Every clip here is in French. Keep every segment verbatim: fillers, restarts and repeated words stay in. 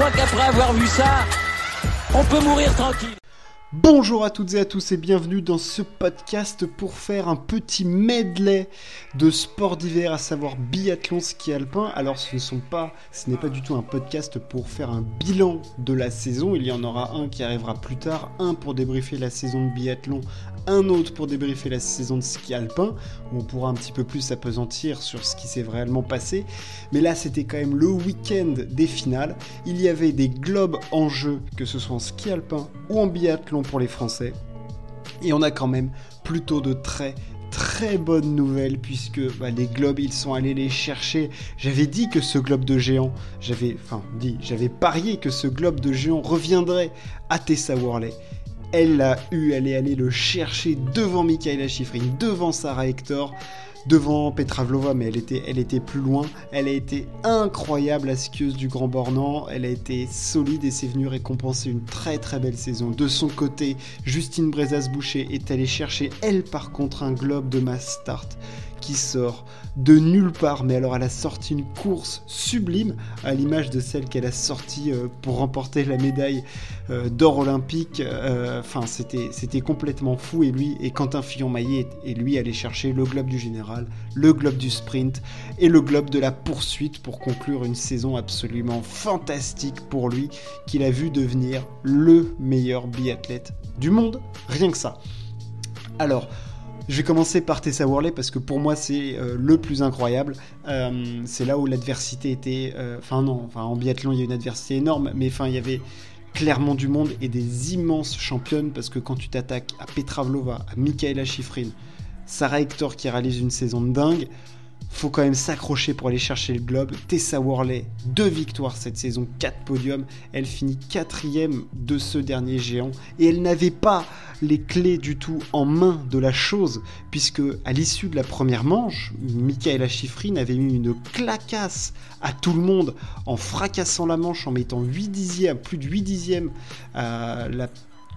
crois qu'après avoir vu ça, on peut mourir tranquille. Bonjour à toutes et à tous et bienvenue dans ce podcast pour faire un petit medley de sports d'hiver, à savoir biathlon, ski alpin. Alors ce ne sont pas, ce n'est pas du tout un podcast pour faire un bilan de la saison, il y en aura un qui arrivera plus tard, un pour débriefer la saison de biathlon, un autre pour débriefer la saison de ski alpin, où on pourra un petit peu plus s'appesantir sur ce qui s'est réellement passé. Mais là c'était quand même le week-end des finales, il y avait des globes en jeu, que ce soit en ski alpin ou en biathlon pour les Français, et on a quand même plutôt de très très bonnes nouvelles, puisque bah, les globes ils sont allés les chercher. J'avais dit que ce globe de géant, j'avais enfin dit, j'avais parié que ce globe de géant reviendrait à Tessa Worley. Elle l'a eu, elle est allée le chercher devant Mikaela Shiffrin, devant Sarah Hector, devant Petra Vlhova, mais elle était, elle était plus loin. Elle a été incroyable, la skieuse du Grand Bornand. Elle a été solide et c'est venu récompenser une très très belle saison. De son côté, Justine Brezas-Boucher est allée chercher, elle par contre, un globe de mass start qui sort de nulle part, mais alors elle a sorti une course sublime à l'image de celle qu'elle a sortie euh, pour remporter la médaille euh, d'or olympique. Enfin, euh, c'était, c'était complètement fou, et lui et Quentin Fillon-Maillet et lui allaient chercher le globe du général, le globe du sprint et le globe de la poursuite pour conclure une saison absolument fantastique pour lui, qu'il a vu devenir le meilleur biathlète du monde, rien que ça. Alors, je vais commencer par Tessa Worley parce que pour moi c'est euh, le plus incroyable. Euh, c'est là où l'adversité était... Enfin euh, non, enfin, en biathlon il y a une adversité énorme, mais enfin il y avait clairement du monde et des immenses championnes, parce que quand tu t'attaques à Petra Vlhova, à Mikaela Shiffrin, Sarah Hector qui réalise une saison de dingue, faut quand même s'accrocher pour aller chercher le globe. Tessa Worley, deux victoires cette saison, quatre podiums. Elle finit quatrième de ce dernier géant. Et elle n'avait pas les clés du tout en main de la chose, puisque à l'issue de la première manche, Mikaela Shiffrin avait mis une clacasse à tout le monde en fracassant la manche, en mettant huit dixièmes, plus de huit dixièmes à la,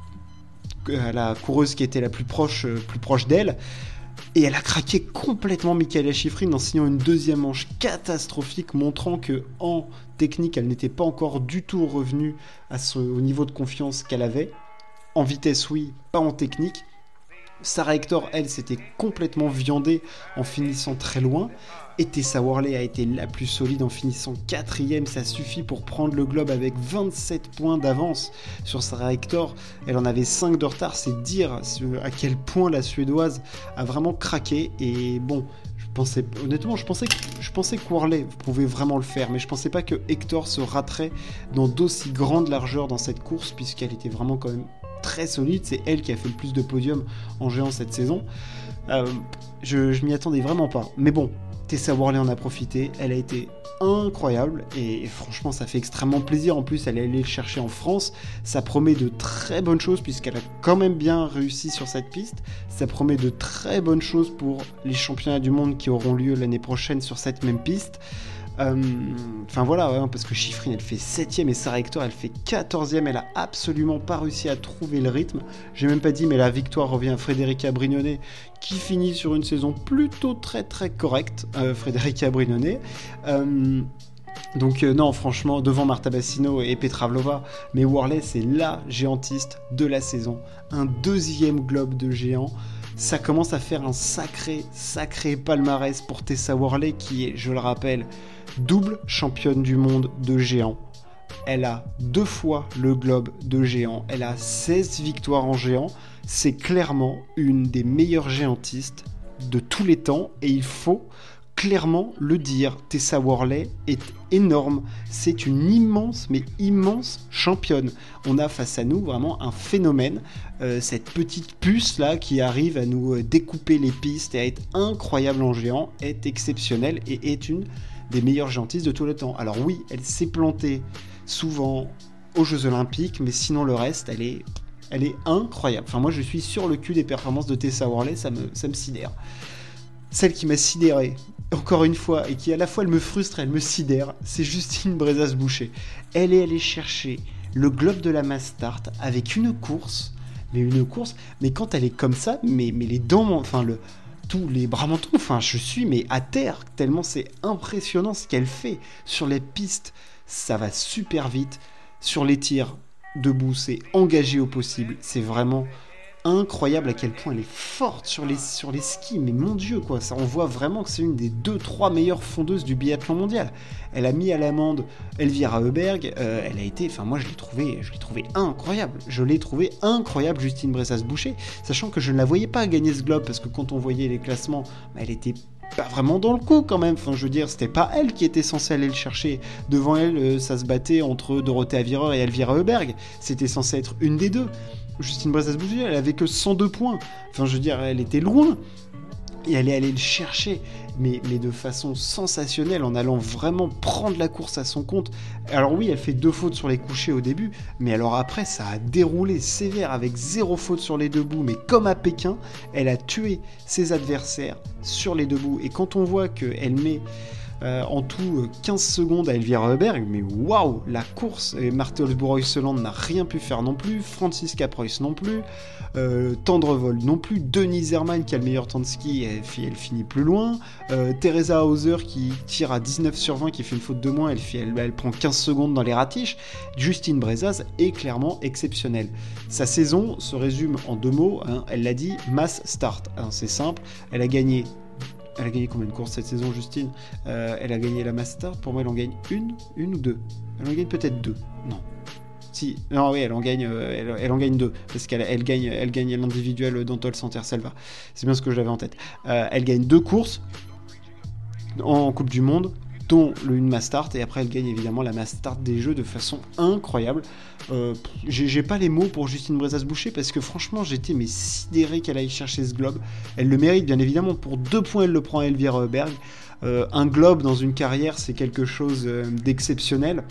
à la coureuse qui était la plus proche, plus proche d'elle. Et elle a craqué complètement, Mikaela Shiffrin, en signant une deuxième manche catastrophique, montrant que en technique, elle n'était pas encore du tout revenue à ce, au niveau de confiance qu'elle avait. En vitesse, oui, pas en technique. Sarah Hector, elle, s'était complètement viandée en finissant très loin. Et Tessa Worley a été la plus solide en finissant quatrième. Ça suffit pour prendre le globe avec vingt-sept points d'avance sur Sarah Hector. Elle en avait cinq de retard. C'est dire à quel point la Suédoise a vraiment craqué. Et bon, je pensais, honnêtement, je pensais, que, je pensais que Worley pouvait vraiment le faire. Mais je pensais pas que Hector se raterait dans d'aussi grandes largeurs dans cette course, puisqu'elle était vraiment quand même très solide. C'est elle qui a fait le plus de podiums en géant cette saison. Euh, je, je m'y attendais vraiment pas. Mais bon, Tessa Worley en a profité, elle a été incroyable et, et franchement ça fait extrêmement plaisir. En plus elle est allée le chercher en France, ça promet de très bonnes choses puisqu'elle a quand même bien réussi sur cette piste. Ça promet de très bonnes choses pour les championnats du monde qui auront lieu l'année prochaine sur cette même piste. Enfin euh, voilà, hein, parce que Shiffrin elle fait septième et Sarah Hector elle fait quatorzième. Elle a absolument pas réussi à trouver le rythme. J'ai même pas dit, mais la victoire revient à Frederica Brignone, qui finit sur une saison plutôt très très correcte. euh, Frederica Brignone euh, donc euh, non, franchement, devant Marta Bassino et Petra Vlhova. Mais Worley c'est la géantiste de la saison, un deuxième globe de géant. Ça commence à faire un sacré, sacré palmarès pour Tessa Worley, qui est, je le rappelle, double championne du monde de géant. Elle a deux fois le globe de géant. Elle a seize victoires en géant. C'est clairement une des meilleures géantistes de tous les temps. Et il faut clairement le dire, Tessa Worley est énorme. C'est une immense, mais immense championne. On a face à nous vraiment un phénomène. Euh, cette petite puce là qui arrive à nous euh, découper les pistes et à être incroyable en géant est exceptionnelle et est une des meilleures géantistes de tous les temps. Alors oui, elle s'est plantée souvent aux Jeux Olympiques, mais sinon le reste, elle est, elle est incroyable. Enfin moi je suis sur le cul des performances de Tessa Worley, ça me, ça me sidère. Celle qui m'a sidéré, encore une fois, et qui à la fois elle me frustre et elle me sidère, c'est Justine Brezas-Boucher. Elle est allée chercher le globe de la mass start avec une course, mais une course, mais quand elle est comme ça, mais, mais les dents, enfin le, tous les bras m'en tombent, enfin je suis mais à terre, tellement c'est impressionnant ce qu'elle fait sur les pistes, ça va super vite. Sur les tirs debout, c'est engagé au possible. C'est vraiment incroyable à quel point elle est forte sur les, sur les skis, mais mon Dieu, quoi, ça, on voit vraiment que c'est une des deux trois meilleures fondeuses du biathlon mondial. Elle a mis à l'amende Elvira Heuberg, euh, elle a été, enfin moi je l'ai trouvé, je l'ai trouvé incroyable, je l'ai trouvé incroyable Justine Bressas-Boucher, sachant que je ne la voyais pas gagner ce globe, parce que quand on voyait les classements, bah, elle était pas vraiment dans le coup quand même, enfin je veux dire, c'était pas elle qui était censée aller le chercher, devant elle, euh, ça se battait entre Dorothée Avireur et Elvira Heuberg, c'était censé être une des deux. Justine Bressas-Boucher, elle avait que cent deux points. Enfin, je veux dire, elle était loin. Et elle est allée le chercher, mais, mais de façon sensationnelle, en allant vraiment prendre la course à son compte. Alors oui, elle fait deux fautes sur les couchers au début, mais alors après, ça a déroulé sévère avec zéro faute sur les debout. Mais comme à Pékin, elle a tué ses adversaires sur les debout. Et quand on voit qu'elle met... Euh, en tout quinze secondes à Elvira Heuberg, mais waouh, la course, et Marthe Olsbourg-Oyseland n'a rien pu faire non plus, Franziska Preuss non plus, euh, Tendrevold non plus, Denise Herrmann qui a le meilleur temps de ski, elle, elle finit plus loin, euh, Teresa Hauser qui tire à dix-neuf sur vingt, qui fait une faute de moins, elle, fait, elle, elle prend quinze secondes dans les ratiches. Justine Bressas est clairement exceptionnelle. Sa saison se résume en deux mots, hein, elle l'a dit, mass start, hein, c'est simple, elle a gagné Elle a gagné combien de courses cette saison, Justine ? euh, Elle a gagné la Master. Pour moi, elle en gagne une, une ou deux. Elle en gagne peut-être deux. Non. Si. Non, oui, elle en gagne, euh, elle, elle en gagne deux. Parce qu'elle elle gagne, elle gagne l'individuel d'Antol Santerselva. C'est bien ce que j'avais en tête. Euh, elle gagne deux courses en Coupe du Monde, dont une Mastart, et après elle gagne évidemment la Mastart des Jeux de façon incroyable. Euh, j'ai, j'ai pas les mots pour Justine Bressas-Boucher parce que franchement j'étais mais sidéré qu'elle aille chercher ce globe. Elle le mérite bien évidemment, pour deux points elle le prend à Elvira Heuberg. Euh, un globe dans une carrière c'est quelque chose euh, d'exceptionnel.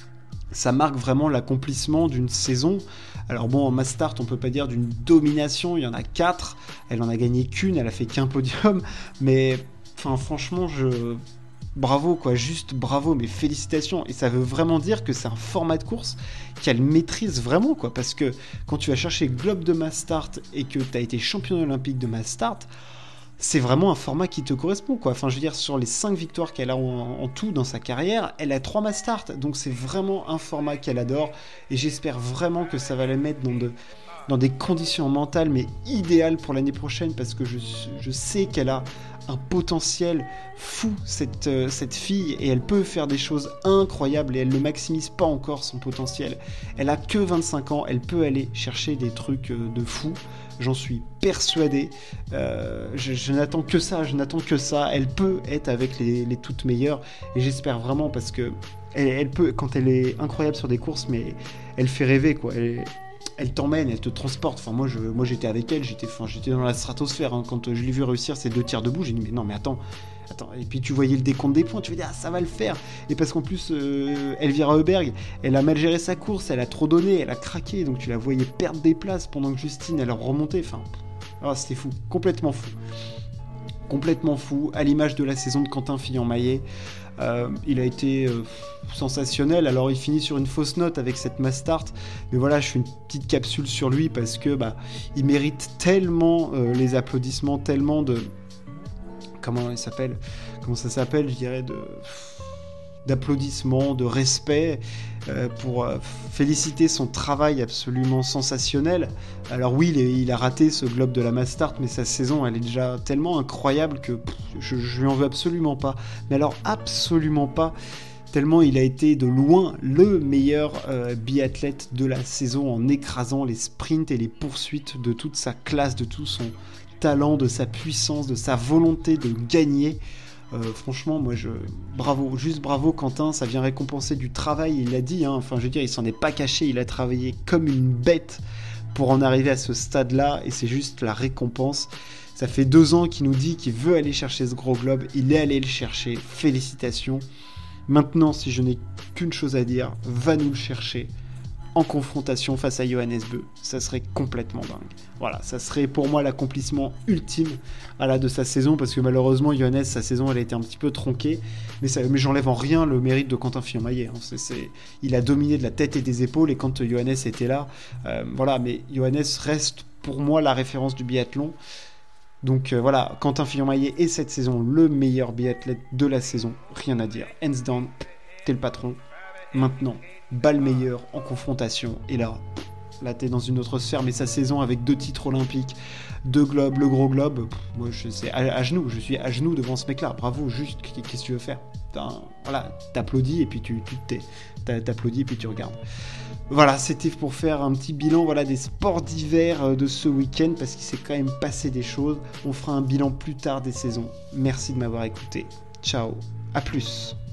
Ça marque vraiment l'accomplissement d'une saison. Alors bon, en Mastart, on peut pas dire d'une domination, il y en a quatre, elle en a gagné qu'une, elle a fait qu'un podium, mais enfin franchement je... bravo quoi, juste bravo, mais félicitations. Et ça veut vraiment dire que c'est un format de course qu'elle maîtrise vraiment quoi, parce que quand tu vas chercher Globe de Mastart et que tu as été championne olympique de Mastart, c'est vraiment un format qui te correspond quoi. Enfin je veux dire, sur les cinq victoires qu'elle a en, en tout dans sa carrière, elle a trois Mastart, donc c'est vraiment un format qu'elle adore, et j'espère vraiment que ça va la mettre dans de... dans des conditions mentales mais idéales pour l'année prochaine, parce que je, je sais qu'elle a un potentiel fou cette, euh, cette fille, et elle peut faire des choses incroyables, et elle ne maximise pas encore son potentiel. Elle a que vingt-cinq ans, elle peut aller chercher des trucs euh, de fou, j'en suis persuadé. euh, je, je n'attends que ça, je n'attends que ça, elle peut être avec les, les toutes meilleures, et j'espère vraiment, parce que elle, elle peut, quand elle est incroyable sur des courses, mais elle fait rêver quoi. Elle, elle t'emmène, elle te transporte. Enfin, moi, je, moi j'étais avec elle, j'étais, enfin, j'étais dans la stratosphère. Hein. Quand je l'ai vu réussir ces deux tirs debout, j'ai dit, mais non, mais attends, attends. Et puis tu voyais le décompte des points, tu te dis, ah, ça va le faire. Et parce qu'en plus, euh, Elvira Heuberg, elle a mal géré sa course, elle a trop donné, elle a craqué, donc tu la voyais perdre des places pendant que Justine, elle remontait. Enfin, oh, c'était fou, complètement fou. Complètement fou, à l'image de la saison de Quentin Fillon-Maillet. Euh, il a été euh, sensationnel. Alors il finit sur une fausse note avec cette Mastart, mais voilà, je fais une petite capsule sur lui parce que bah, il mérite tellement euh, les applaudissements, tellement de comment il s'appelle, comment ça s'appelle, je dirais de d'applaudissements, de respect, euh, pour euh, féliciter son travail absolument sensationnel. Alors oui, il, est, il a raté ce globe de la Mastart, mais sa saison, elle est déjà tellement incroyable que pff, je, je lui en veux absolument pas. Mais alors absolument pas, tellement il a été de loin le meilleur euh, biathlète de la saison, en écrasant les sprints et les poursuites de toute sa classe, de tout son talent, de sa puissance, de sa volonté de gagner. Euh, franchement, moi, je... bravo, juste bravo Quentin, ça vient récompenser du travail, il l'a dit, hein. Enfin, je veux dire, il s'en est pas caché, il a travaillé comme une bête pour en arriver à ce stade-là, et c'est juste la récompense. Ça fait deux ans qu'il nous dit qu'il veut aller chercher ce gros globe, il est allé le chercher, félicitations. Maintenant, si je n'ai qu'une chose à dire, va nous le chercher en confrontation face à Johannes Beu, ça serait complètement dingue. Voilà, ça serait pour moi l'accomplissement ultime voilà, de sa saison, parce que malheureusement Johannes, sa saison elle a été un petit peu tronquée, mais, ça, mais j'enlève en rien le mérite de Quentin Fillon-Maillet. Hein. C'est, c'est, il a dominé de la tête et des épaules, et quand Johannes était là, euh, voilà, mais Johannes reste pour moi la référence du biathlon. Donc euh, voilà, Quentin Fillon-Maillet est cette saison le meilleur biathlète de la saison, rien à dire, hands down, t'es le patron. Maintenant, bat le meilleur en confrontation. Et là, là t'es dans une autre sphère, mais sa saison avec deux titres olympiques, deux globes, le gros globe, pff, moi je sais, à, à genoux, je suis à genoux devant ce mec-là. Bravo, juste, qu'est-ce que tu veux faire? T'as, voilà, t'applaudis et puis tu, tu te tais. T'applaudis et puis tu regardes. Voilà, c'était pour faire un petit bilan voilà, des sports d'hiver de ce week-end, parce qu'il s'est quand même passé des choses. On fera un bilan plus tard des saisons. Merci de m'avoir écouté. Ciao, à plus.